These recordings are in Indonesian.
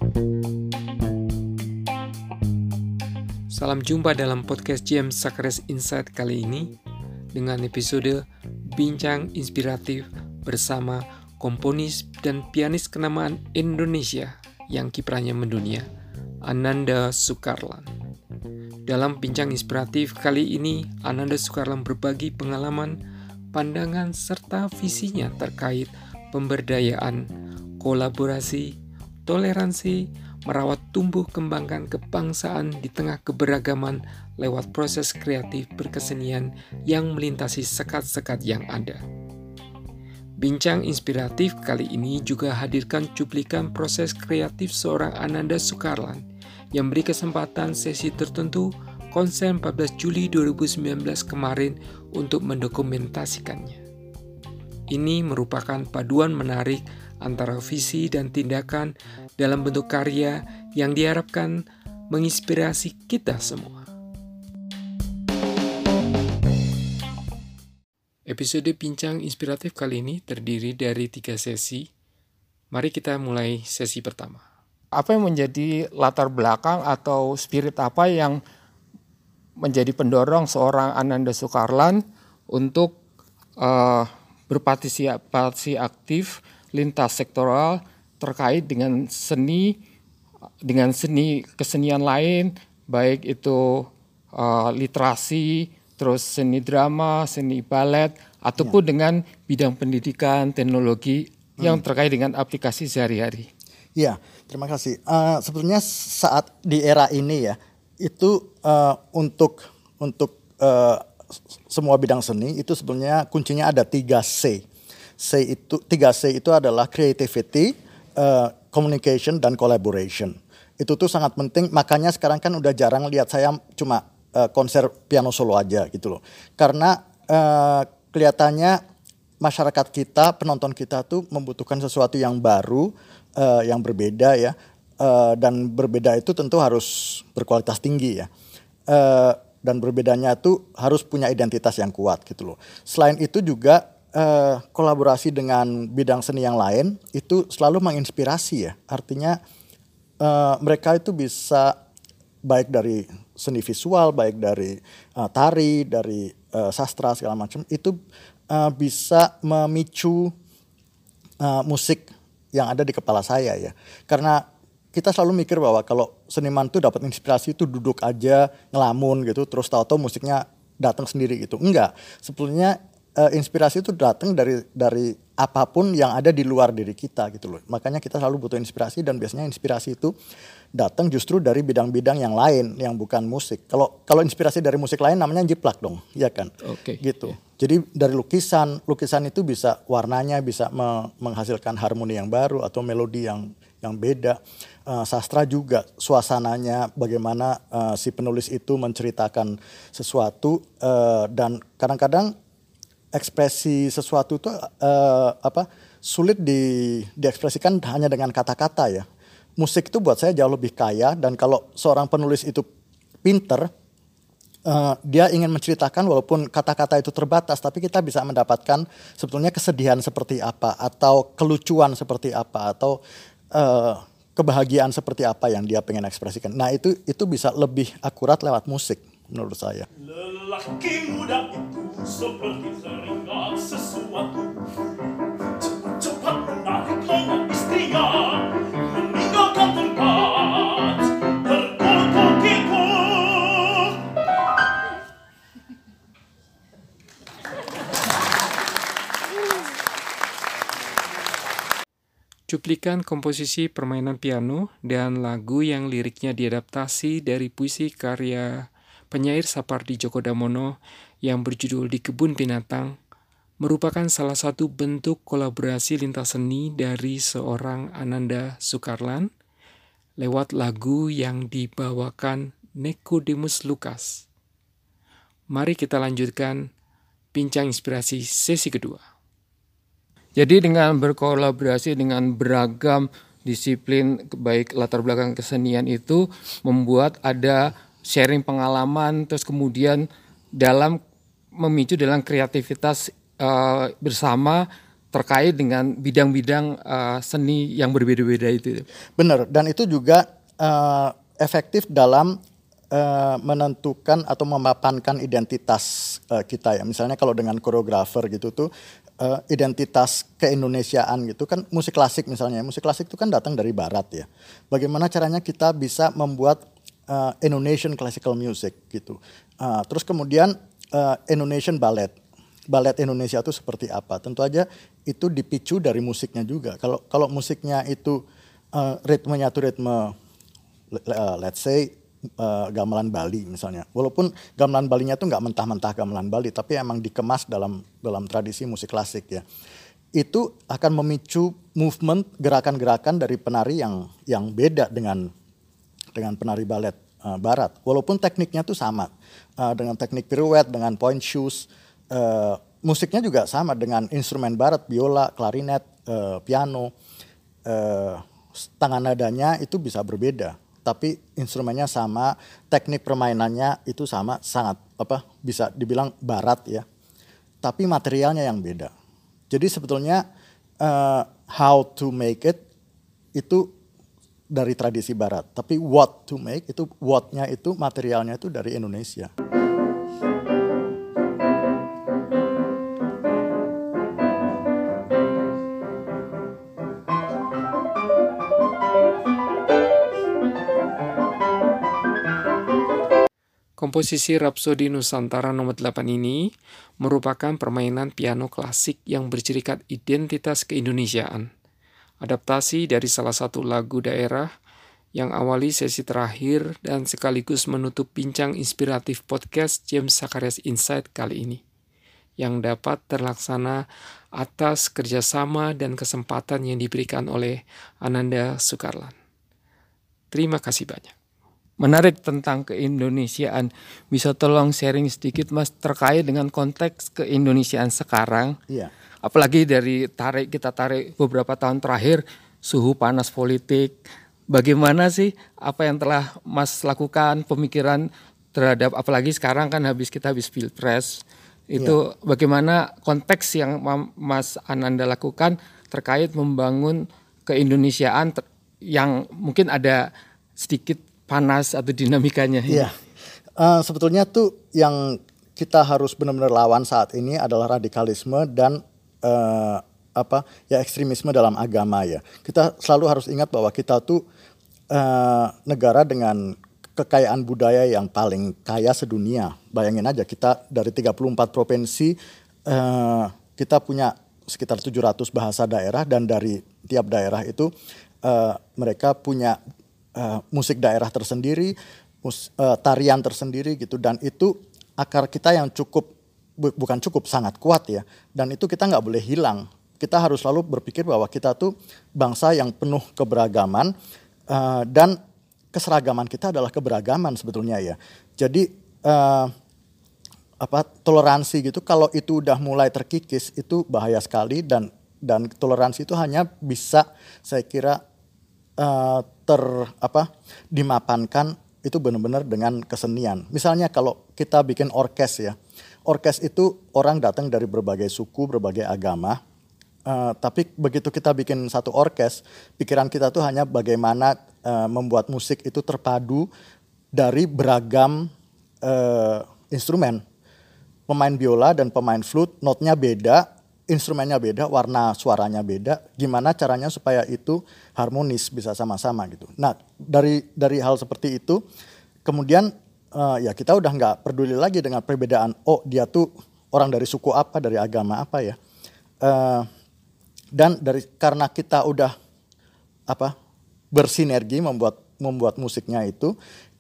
Salam jumpa dalam podcast James Sakares Insight kali ini dengan episode Bincang Inspiratif bersama komponis dan pianis kenamaan Indonesia yang kiprahnya mendunia, Ananda Soekarlan. Dalam Bincang Inspiratif kali ini, Ananda Soekarlan berbagi pengalaman, pandangan, serta visinya terkait pemberdayaan, kolaborasi, toleransi, merawat tumbuh kembangkan kebangsaan di tengah keberagaman lewat proses kreatif berkesenian yang melintasi sekat-sekat yang ada. Bincang Inspiratif kali ini juga hadirkan cuplikan proses kreatif seorang Ananda Soekarlan yang beri kesempatan sesi tertentu konser 14 Juli 2019 kemarin untuk mendokumentasikannya. Ini merupakan paduan menarik antara visi dan tindakan dalam bentuk karya yang diharapkan menginspirasi kita semua. Episode Bincang Inspiratif kali ini terdiri dari 3 sesi. Mari kita mulai sesi pertama. Apa yang menjadi latar belakang atau spirit apa yang menjadi pendorong seorang Ananda Soekarlan untuk berpartisipasi aktif lintas sektoral terkait dengan seni kesenian lain, baik itu literasi, terus seni drama, seni balet, ataupun dengan bidang pendidikan, teknologi yang terkait dengan aplikasi sehari-hari. Ya, terima kasih. Sebetulnya saat di era ini ya, itu untuk semua bidang seni itu sebenarnya kuncinya ada 3C. 3C itu adalah creativity, communication, dan collaboration. Itu tuh sangat penting, makanya sekarang kan udah jarang lihat saya cuma konser piano solo aja gitu loh. Karena kelihatannya masyarakat kita, penonton kita tuh membutuhkan sesuatu yang baru, yang berbeda ya. Dan berbeda itu tentu harus berkualitas tinggi ya. Dan berbedanya tuh harus punya identitas yang kuat gitu loh. Selain itu juga kolaborasi dengan bidang seni yang lain itu selalu menginspirasi ya. Artinya mereka itu bisa baik dari seni visual, baik dari tari, dari sastra segala macam itu bisa memicu musik yang ada di kepala saya ya. Karena kita selalu mikir bahwa kalau seniman tuh dapat inspirasi itu duduk aja ngelamun gitu terus tahu-tahu musiknya datang sendiri gitu. Enggak. Sebetulnya inspirasi itu datang dari apapun yang ada di luar diri kita gitu loh. Makanya kita selalu butuh inspirasi dan biasanya inspirasi itu datang justru dari bidang-bidang yang lain yang bukan musik. Kalau inspirasi dari musik lain namanya jiplak dong, ya kan? Oke. Gitu. Jadi dari lukisan itu bisa warnanya bisa menghasilkan harmoni yang baru atau melodi yang beda. Sastra juga suasananya bagaimana si penulis itu menceritakan sesuatu dan kadang-kadang ekspresi sesuatu itu sulit diekspresikan hanya dengan kata-kata ya. Musik itu buat saya jauh lebih kaya dan kalau seorang penulis itu pinter, dia ingin menceritakan walaupun kata-kata itu terbatas, tapi kita bisa mendapatkan sebetulnya kesedihan seperti apa atau kelucuan seperti apa atau kebahagiaan seperti apa yang dia pengen ekspresikan. Nah itu bisa lebih akurat lewat musik menurut saya. Lelaki muda itu seperti teringat sesuatu, cepat-cepat menarik lengan istrinya, meninggalkan tempat terkukuk-kikuk. Cuplikan komposisi permainan piano dan lagu yang liriknya diadaptasi dari puisi karya penyair Sapardi Djoko Damono yang berjudul Di Kebun Binatang merupakan salah satu bentuk kolaborasi lintas seni dari seorang Ananda Soekarlan lewat lagu yang dibawakan Nicodemus Lucas. Mari kita lanjutkan Bincang Inspirasi sesi kedua. Jadi dengan berkolaborasi dengan beragam disiplin baik latar belakang kesenian itu membuat ada sharing pengalaman, terus kemudian memicu dalam kreativitas bersama terkait dengan bidang-bidang seni yang berbeda-beda itu. Benar, dan itu juga efektif dalam menentukan atau memapankan identitas kita ya. Misalnya kalau dengan koreografer gitu tuh identitas keindonesiaan gitu kan, musik klasik misalnya. Musik klasik itu kan datang dari barat ya. Bagaimana caranya kita bisa membuat Indonesian classical music gitu. Terus kemudian Indonesian ballet. Ballet Indonesia itu seperti apa? Tentu aja itu dipicu dari musiknya juga. Kalau musiknya itu ritmenya itu ritme let's say gamelan Bali misalnya. Walaupun gamelan Balinya tuh nggak mentah-mentah gamelan Bali, tapi emang dikemas dalam tradisi musik klasik ya. Itu akan memicu movement, gerakan-gerakan dari penari yang beda dengan penari balet barat. Walaupun tekniknya tuh sama, dengan teknik pirouette, dengan point shoes. Musiknya juga sama dengan instrumen barat, biola, klarinet, piano. Tangan nadanya itu bisa berbeda, tapi instrumennya sama, teknik permainannya itu sama, sangat bisa dibilang barat ya. Tapi materialnya yang beda. Jadi sebetulnya how to make it itu dari tradisi barat, tapi what to make itu what-nya itu materialnya itu dari Indonesia. Komposisi Rapsodi Nusantara nomor 8 ini merupakan permainan piano klasik yang bercirikat identitas keindonesiaan. Adaptasi dari salah satu lagu daerah yang awali sesi terakhir dan sekaligus menutup bincang inspiratif podcast James Zacharias Insight kali ini, yang dapat terlaksana atas kerjasama dan kesempatan yang diberikan oleh Ananda Sukarlan. Terima kasih banyak. Menarik tentang keindonesiaan. Bisa tolong sharing sedikit Mas terkait dengan konteks keindonesiaan sekarang? Iya. Apalagi kita tarik beberapa tahun terakhir, suhu panas politik. Bagaimana sih apa yang telah Mas lakukan, pemikiran terhadap, apalagi sekarang kan kita habis pilpres. Itu bagaimana konteks yang Mas Ananda lakukan terkait membangun keindonesiaan yang mungkin ada sedikit panas atau dinamikanya. Iya, sebetulnya tuh yang kita harus benar-benar lawan saat ini adalah radikalisme dan ekstremisme dalam agama ya. Kita selalu harus ingat bahwa kita tuh negara dengan kekayaan budaya yang paling kaya sedunia. Bayangin aja kita dari 34 provinsi kita punya sekitar 700 bahasa daerah, dan dari tiap daerah itu mereka punya musik daerah tersendiri, tarian tersendiri gitu, dan itu akar kita yang sangat kuat ya, dan itu kita nggak boleh hilang. Kita harus selalu berpikir bahwa kita tuh bangsa yang penuh keberagaman, dan keseragaman kita adalah keberagaman sebetulnya ya. Jadi toleransi gitu, kalau itu udah mulai terkikis itu bahaya sekali, dan toleransi itu hanya bisa saya kira dimapankan itu benar-benar dengan kesenian. Misalnya kalau kita bikin orkes ya, orkes itu orang datang dari berbagai suku, berbagai agama, tapi begitu kita bikin satu orkes, pikiran kita tuh hanya bagaimana membuat musik itu terpadu dari beragam instrumen. Pemain biola dan pemain flute, notnya beda, instrumennya beda, warna suaranya beda, gimana caranya supaya itu harmonis, bisa sama-sama gitu. Nah, dari hal seperti itu, kemudian ya kita udah nggak peduli lagi dengan perbedaan, oh dia tuh orang dari suku apa, dari agama apa ya. Dan karena kita udah bersinergi membuat musiknya itu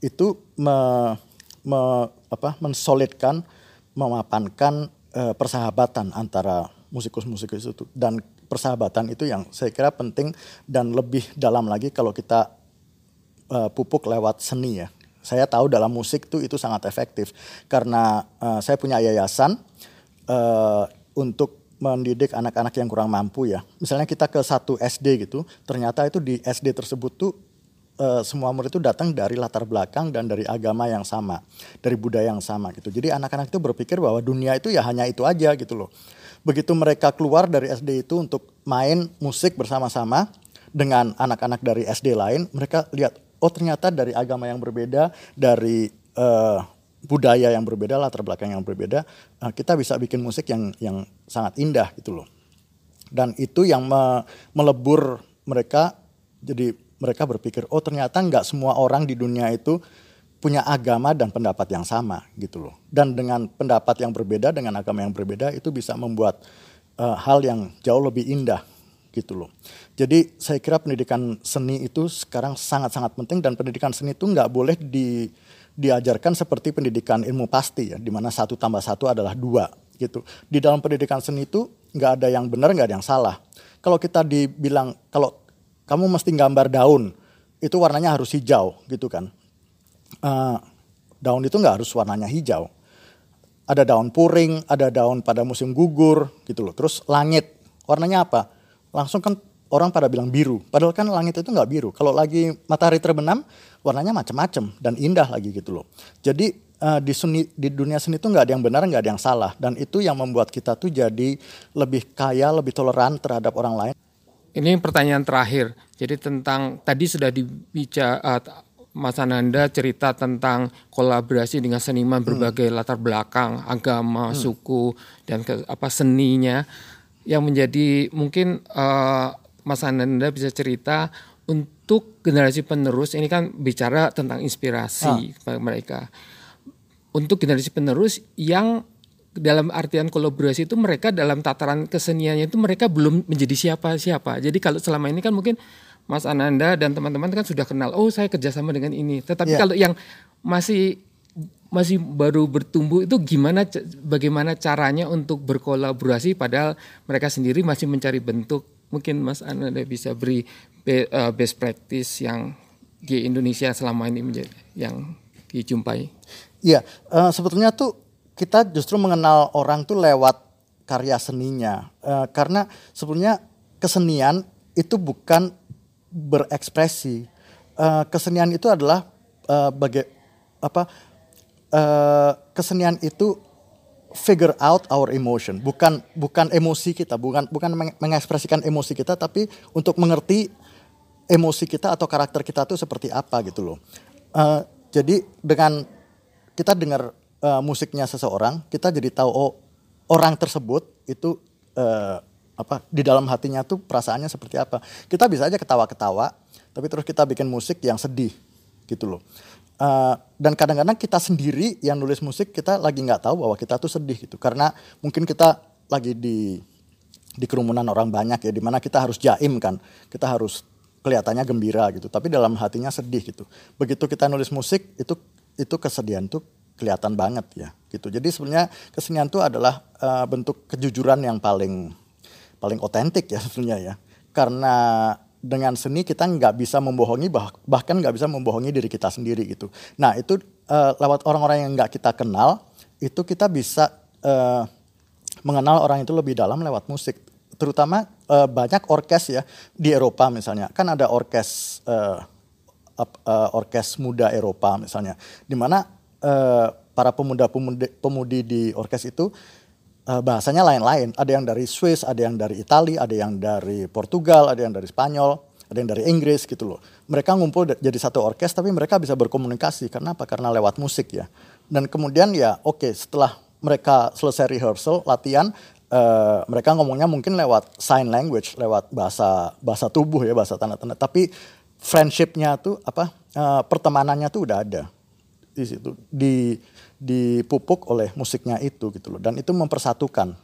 mensolidkan, memapankan persahabatan antara musikus-musikus itu, dan persahabatan itu yang saya kira penting dan lebih dalam lagi kalau kita pupuk lewat seni ya. Saya tahu dalam musik itu sangat efektif karena saya punya yayasan untuk mendidik anak-anak yang kurang mampu ya. Misalnya kita ke satu SD gitu, ternyata itu di SD tersebut tuh semua murid itu datang dari latar belakang dan dari agama yang sama, dari budaya yang sama gitu. Jadi anak-anak itu berpikir bahwa dunia itu ya hanya itu aja gitu loh. Begitu mereka keluar dari SD itu untuk main musik bersama-sama dengan anak-anak dari SD lain, mereka lihat, oh ternyata dari agama yang berbeda, dari budaya yang berbeda, latar belakang yang berbeda, kita bisa bikin musik yang sangat indah gitu loh. Dan itu yang melebur mereka, jadi mereka berpikir, oh ternyata nggak semua orang di dunia itu punya agama dan pendapat yang sama gitu loh. Dan dengan pendapat yang berbeda, dengan agama yang berbeda, itu bisa membuat hal yang jauh lebih indah gitu loh. Jadi saya kira pendidikan seni itu sekarang sangat-sangat penting, dan pendidikan seni itu nggak boleh diajarkan seperti pendidikan ilmu pasti ya, di mana 1 + 1 adalah 2 gitu. Di dalam pendidikan seni itu nggak ada yang benar, nggak ada yang salah. Kalau kita dibilang, kalau kamu mesti gambar daun, itu warnanya harus hijau gitu kan. Daun itu nggak harus warnanya hijau. Ada daun puring, ada daun pada musim gugur gitu loh. Terus langit, warnanya apa? Langsung kan orang pada bilang biru. Padahal kan langit itu nggak biru. Kalau lagi matahari terbenam, warnanya macam-macam dan indah lagi gitu loh. Jadi di dunia seni itu nggak ada yang benar, nggak ada yang salah. Dan itu yang membuat kita tuh jadi lebih kaya, lebih toleran terhadap orang lain. Ini pertanyaan terakhir. Jadi tadi sudah dibicara, Mas Ananda cerita tentang kolaborasi dengan seniman berbagai latar belakang, agama, suku, dan seninya. Yang menjadi mungkin Mas Ananda bisa cerita untuk generasi penerus, ini kan bicara tentang inspirasi kepada mereka. Untuk generasi penerus yang dalam artian kolaborasi itu, mereka dalam tataran keseniannya itu mereka belum menjadi siapa-siapa. Jadi kalau selama ini kan mungkin Mas Ananda dan teman-teman kan sudah kenal, oh saya kerjasama dengan ini. Tetapi kalau yang masih baru bertumbuh itu bagaimana caranya untuk berkolaborasi padahal mereka sendiri masih mencari bentuk. Mungkin Mas Ananda bisa beri best practice yang di Indonesia selama ini yang dijumpai. Iya, sebetulnya tuh kita justru mengenal orang tuh lewat karya seninya. Karena sebetulnya kesenian itu bukan berekspresi. Kesenian itu adalah kesenian itu figure out our emotion, bukan emosi kita, bukan mengekspresikan emosi kita, tapi untuk mengerti emosi kita atau karakter kita tuh seperti apa gitu loh. Jadi dengan kita dengar musiknya seseorang, kita jadi tahu oh orang tersebut itu di dalam hatinya tuh perasaannya seperti apa. Kita bisa aja ketawa-ketawa, tapi terus kita bikin musik yang sedih gitu loh. Dan kadang-kadang kita sendiri yang nulis musik, kita lagi nggak tahu bahwa kita tuh sedih gitu, karena mungkin kita lagi di kerumunan orang banyak ya, dimana kita harus jaim kan, kita harus kelihatannya gembira gitu, tapi dalam hatinya sedih gitu. Begitu kita nulis musik, itu kesedihan tuh kelihatan banget ya gitu. Jadi sebenarnya kesenian itu adalah bentuk kejujuran yang paling otentik ya sebenarnya ya, karena dengan seni kita nggak bisa membohongi, bahkan nggak bisa membohongi diri kita sendiri gitu. Nah itu lewat orang-orang yang nggak kita kenal, itu kita bisa mengenal orang itu lebih dalam lewat musik. Terutama banyak orkes ya di Eropa misalnya, kan ada orkes muda Eropa misalnya, di mana para pemudi di orkes itu bahasanya lain-lain. Ada yang dari Swiss, ada yang dari Italia, ada yang dari Portugal, ada yang dari Spanyol, ada yang dari Inggris gitu loh. Mereka ngumpul jadi satu orkes, tapi mereka bisa berkomunikasi. Karena apa? Karena lewat musik ya. Dan kemudian ya setelah mereka selesai rehearsal, latihan, mereka ngomongnya mungkin lewat sign language, lewat bahasa tubuh ya, bahasa tanda-tanda. Tapi friendship-nya tuh pertemanannya tuh udah ada di situ, dipupuk oleh musiknya itu gitu loh. Dan itu mempersatukan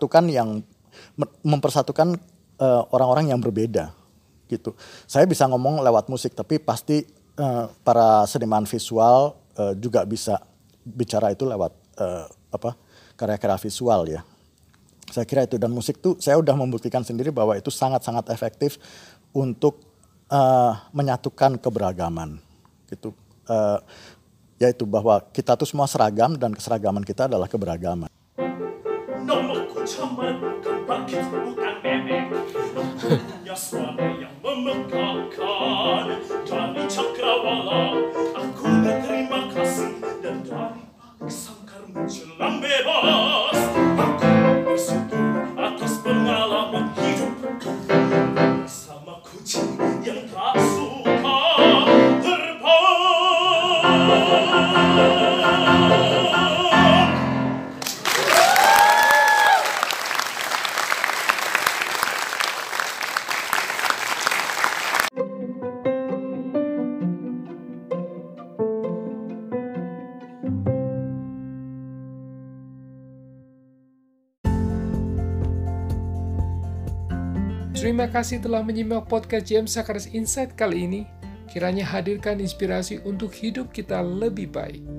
orang-orang yang berbeda gitu. Saya bisa ngomong lewat musik, tapi pasti para seniman visual juga bisa bicara itu lewat karya-karya visual ya. Saya kira itu, dan musik tuh saya udah membuktikan sendiri bahwa itu sangat-sangat efektif untuk menyatukan keberagaman gitu. Yaitu bahwa kita tuh semua seragam dan keseragaman kita adalah keberagaman. Namaku Camat, bukan bangkit, bukan nenek. Aku punya suara yang memegangkan. Dari cakrawala, aku berterima kasih. Dan dari paling sangkar menjelang bebas, aku bersyukur yang tak suka terbang. Terima kasih telah menyimak podcast JM Sakaris Insight kali ini. Kiranya hadirkan inspirasi untuk hidup kita lebih baik.